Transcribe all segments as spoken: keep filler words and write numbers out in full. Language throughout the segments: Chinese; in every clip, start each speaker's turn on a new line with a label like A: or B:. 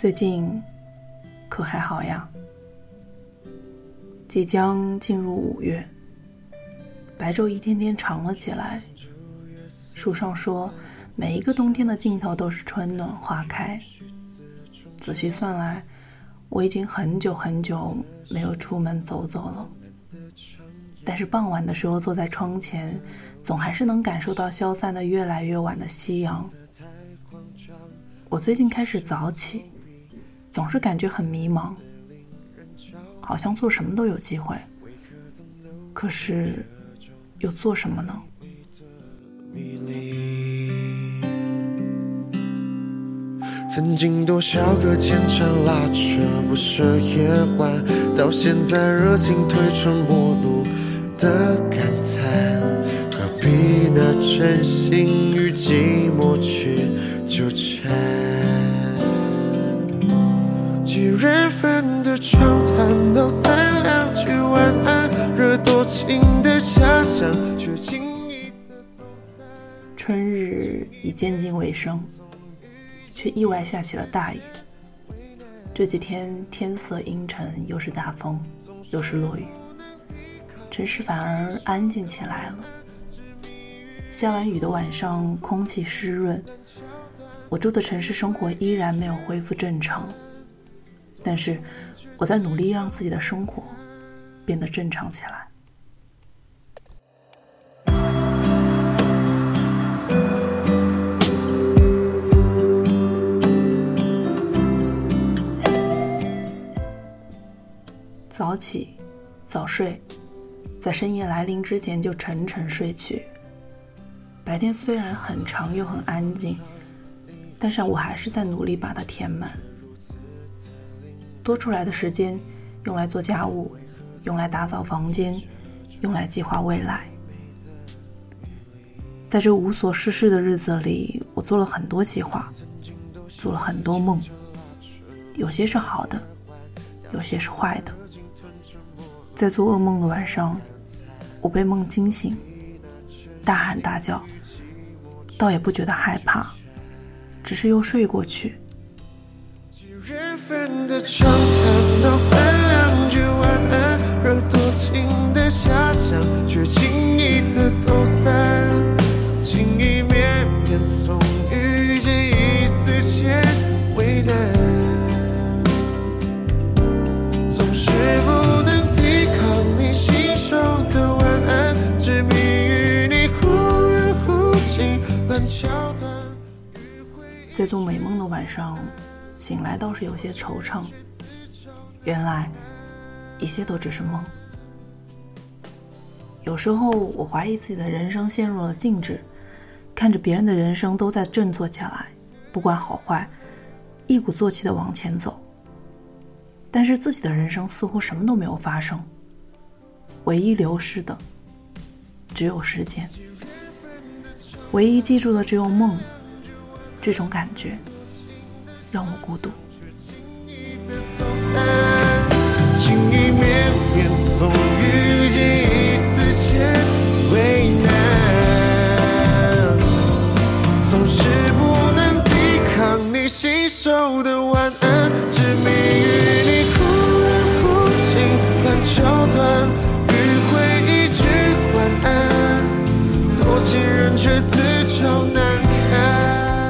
A: 最近可还好呀？即将进入五月，白昼一天天长了起来。书上说，每一个冬天的尽头都是春暖花开。仔细算来，我已经很久很久没有出门走走了。但是傍晚的时候坐在窗前，总还是能感受到消散的越来越晚的夕阳。我最近开始早起，总是感觉很迷茫，好像做什么都有机会，可是又做什么呢？
B: 曾经多少个牵肠拉扯不舍夜晚，到现在热情退成陌路的感叹，何必拿真心与寂寞去纠缠？几人份的长谈，道三两句晚安，惹多情的遐想，却轻易的走散。
A: 春日已渐近尾声，却意外下起了大雨。这几天天色阴沉，又是大风，又是落雨，城市反而安静起来了。下完雨的晚上，空气湿润，我住的城市生活依然没有恢复正常，但是我在努力让自己的生活变得正常起来。早起早睡，在深夜来临之前就沉沉睡去。白天虽然很长又很安静，但是我还是在努力把它填满。多出来的时间用来做家务，用来打扫房间，用来计划未来。在这无所事事的日子里，我做了很多计划，做了很多梦，有些是好的，有些是坏的。在做噩梦的晚上，我被梦惊醒，大喊大叫，倒也不觉得害怕，只是又睡过去。
B: 几人份的长谈，道三两句晚安，惹多情的遐想，却轻易的走散。情意绵绵，从遇见一丝间为难，总是不能抵抗你信手的晚安，执迷于你忽远忽近烂桥段。
A: 在做美梦的晚上，醒来倒是有些惆怅，原来一切都只是梦。有时候我怀疑自己的人生陷入了静止，看着别人的人生都在振作起来，不管好坏，一鼓作气地往前走，但是自己的人生似乎什么都没有发生，唯一流逝的只有时间，唯一记住的只有梦。这种感觉让我孤独。
B: 情意绵绵，从遇见一丝间为难，总是不能抵抗你信手的晚安，执迷于你忽远忽近烂桥段，迂回一句晚安，多情人却自找难堪。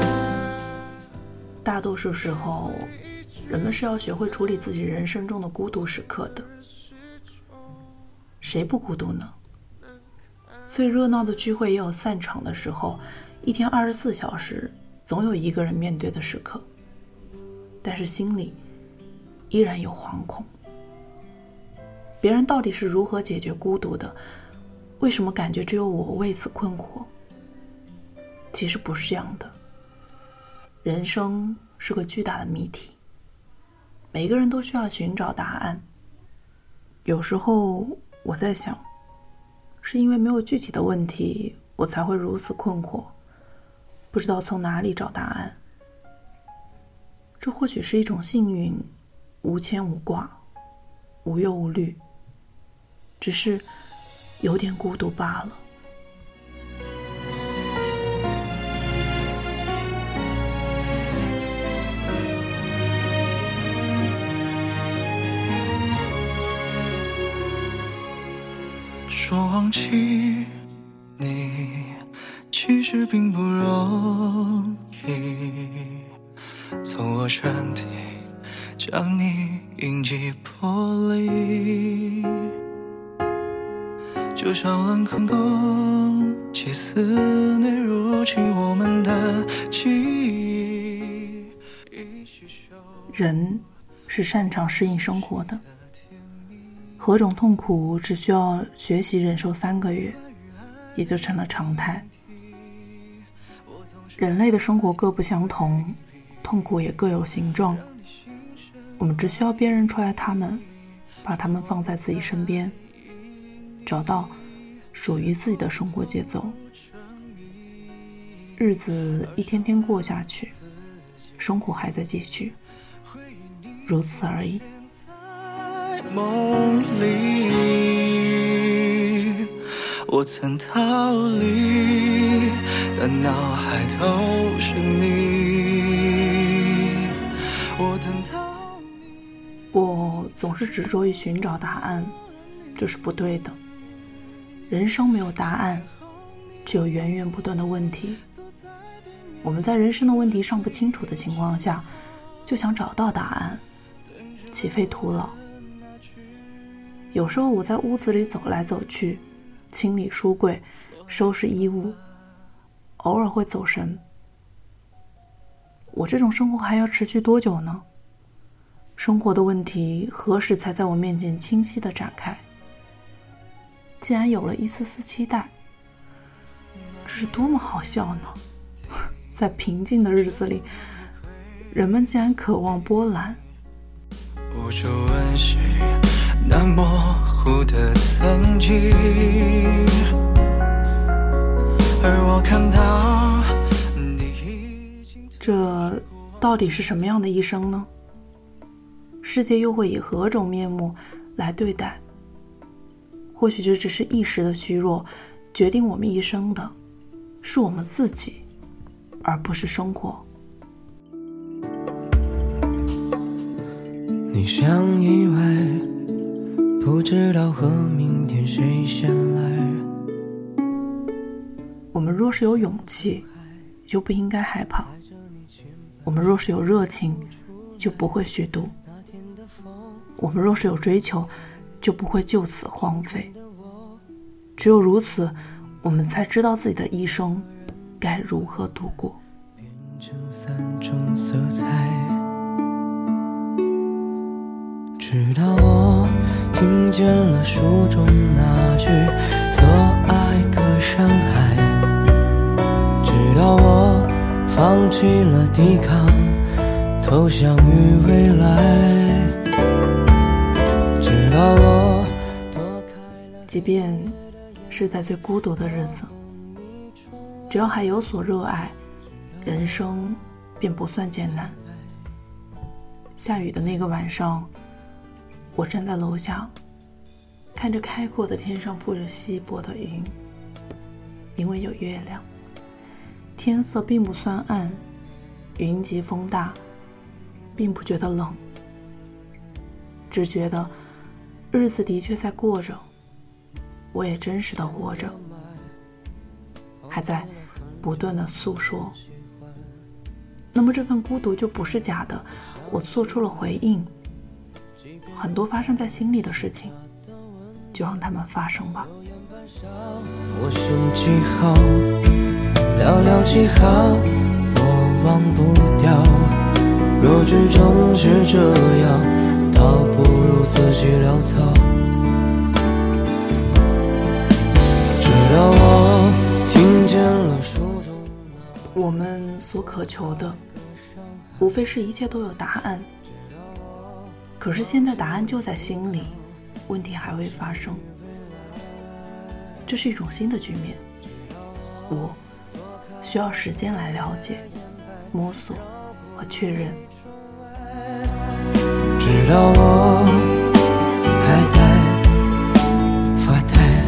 A: 大多数时候，人们是要学会处理自己人生中的孤独时刻的。谁不孤独呢？最热闹的聚会也有散场的时候，一天二十四小时，总有一个人面对的时刻，但是心里依然有惶恐。别人到底是如何解决孤独的？为什么感觉只有我为此困惑？其实不是这样的。人生是个巨大的谜题，每个人都需要寻找答案。有时候我在想，是因为没有具体的问题，我才会如此困惑，不知道从哪里找答案。这或许是一种幸运，无牵无挂，无忧无虑，只是有点孤独罢了。
B: 说忘记你其实并不容易，从我身体将你印记破离，就像冷空空气肆虐入侵我们的记忆。
A: 人是擅长适应生活的，何种痛苦只需要学习忍受三个月，也就成了常态。人类的生活各不相同，痛苦也各有形状，我们只需要辨认出来它们，把它们放在自己身边，找到属于自己的生活节奏。日子一天天过下去，生活还在继续，如此而已。
B: 梦里我曾逃离，但脑海都是你，我等到你。
A: 我总是执着于寻找答案，这是不对的。人生没有答案，只有源源不断的问题。我们在人生的问题尚不清楚的情况下，就想找到答案，岂非徒劳？有时候我在屋子里走来走去，清理书柜，收拾衣物，偶尔会走神。我这种生活还要持续多久呢？生活的问题何时才在我面前清晰地展开？竟然有了一丝丝期待，这是多么好笑呢！在平静的日子里，人们竟然渴望波澜。
B: 无处温习那模糊的曾经，而我看到你已经。
A: 这到底是什么样的一生呢？世界又会以何种面目来对待？或许这只是一时的虚弱，决定我们一生的是我们自己，而不是生活。
B: 你像意外，不知道和明天谁先来。
A: 我们若是有勇气，就不应该害怕；我们若是有热情，就不会虚度；我们若是有追求，就不会就此荒废。只有如此，我们才知道自己的一生该如何度过。
B: 变成三种色彩，直到我听见了书中那句所爱隔山海，直到我放弃了抵抗，投降于未来，直到我躲开了。
A: 即便是在最孤独的日子，只要还有所热爱，人生便不算艰难。下雨的那个晚上，我站在楼下，看着开阔的天上铺着稀薄的云，因为有月亮，天色并不算暗，云急风大，并不觉得冷，只觉得日子的确在过着，我也真实的活着，还在不断的诉说。那么这份孤独就不是假的，我做出了回应。很多发生在心里的事情，就让它们发生吧。
B: 我剩几行，寥寥几行，我忘不掉。若只终是这样，倒不如自己潦草。直到我听见了书中。
A: 我们所渴求的，无非是一切都有答案。可是现在答案就在心里，问题还未发生。这是一种新的局面，我需要时间来了解、摸索和确认。
B: 直到我还在发呆，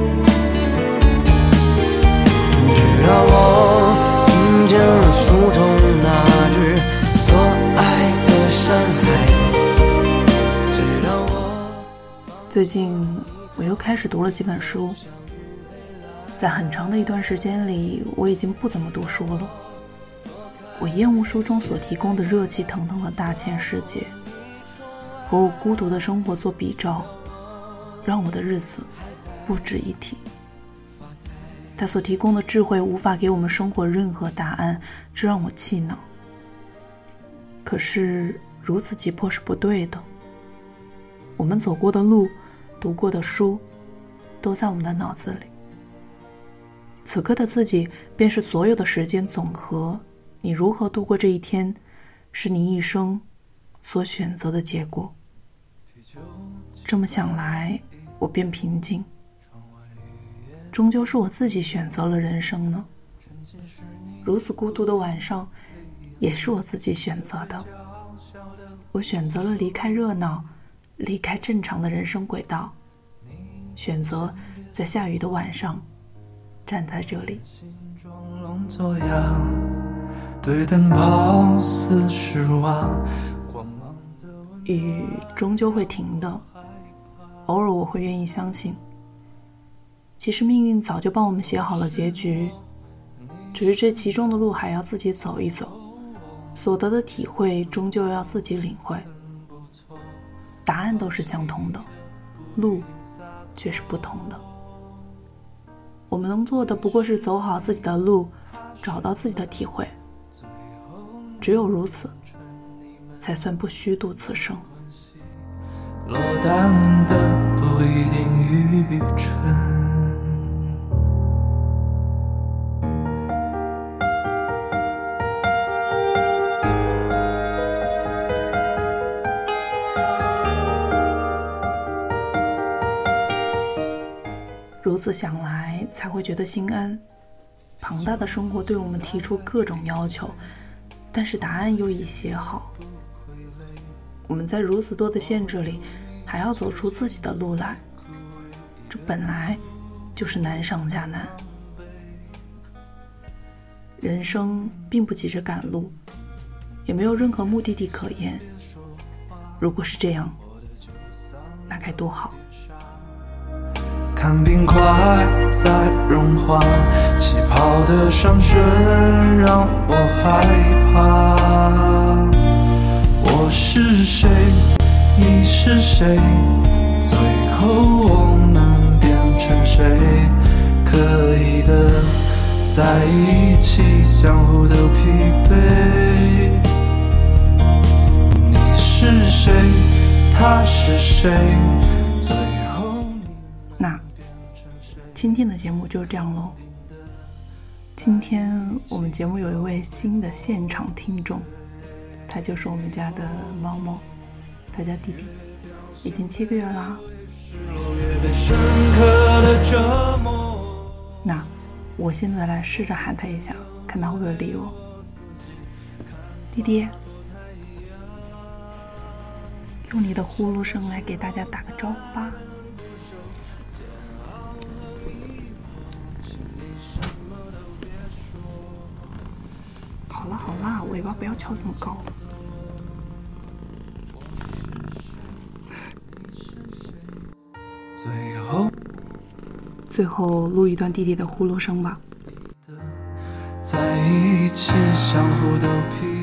B: 直到我听见了书中那句所爱的山海。
A: 最近我又开始读了几本书。在很长的一段时间里，我已经不怎么读书了。我厌恶书中所提供的热气腾腾的大千世界，和我孤独的生活做比照，让我的日子不值一提。他所提供的智慧无法给我们生活任何答案，这让我气恼。可是如此急迫是不对的。我们走过的路，读过的书，都在我们的脑子里。此刻的自己便是所有的时间总和，你如何度过这一天，是你一生所选择的结果。这么想来，我便平静。终究是我自己选择了人生呢。如此孤独的晚上，也是我自己选择的。我选择了离开热闹，离开正常的人生轨道，选择在下雨的晚上站在这里。雨终究会停的，偶尔我会愿意相信，其实命运早就帮我们写好了结局，只是这其中的路还要自己走一走，所得的体会终究要自己领会。答案都是相同的，路却是不同的。我们能做的不过是走好自己的路，找到自己的体会。只有如此，才算不虚度此生。
B: 落单的不一定愚蠢。
A: 如此想来，才会觉得心安。庞大的生活对我们提出各种要求，但是答案又已写好。我们在如此多的限制里，还要走出自己的路来，这本来就是难上加难。人生并不急着赶路，也没有任何目的地可言。如果是这样，那该多好。
B: 看冰块在融化，起泡的上升让我害怕。我是谁，你是谁，最后我们变成谁？可以的，在一起相互都疲惫。你是谁，他是谁，最后
A: 那今天的节目就是这样咯。今天我们节目有一位新的现场听众，他就是我们家的猫猫，他叫弟弟，已经七个月啦。那我现在来试着喊他一下，看他会不会理我。弟弟，用你的呼噜声来给大家打个招呼吧。好了好了，尾巴不要翘这么高。
B: 最后
A: 最后录一段弟弟的呼噜声吧。
B: 在一起相互都疲。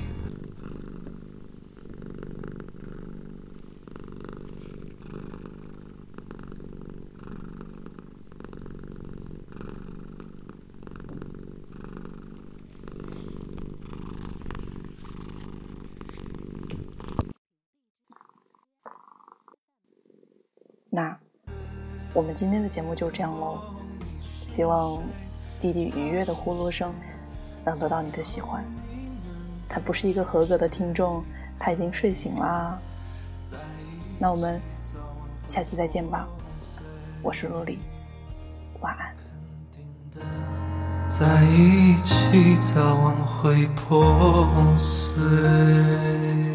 A: 那我们今天的节目就这样咯，希望弟弟愉悦的呼噜声能得到你的喜欢。他不是一个合格的听众，他已经睡醒啦。那我们下期再见吧，我是陆离，晚安。
B: 在一起早晚会破碎。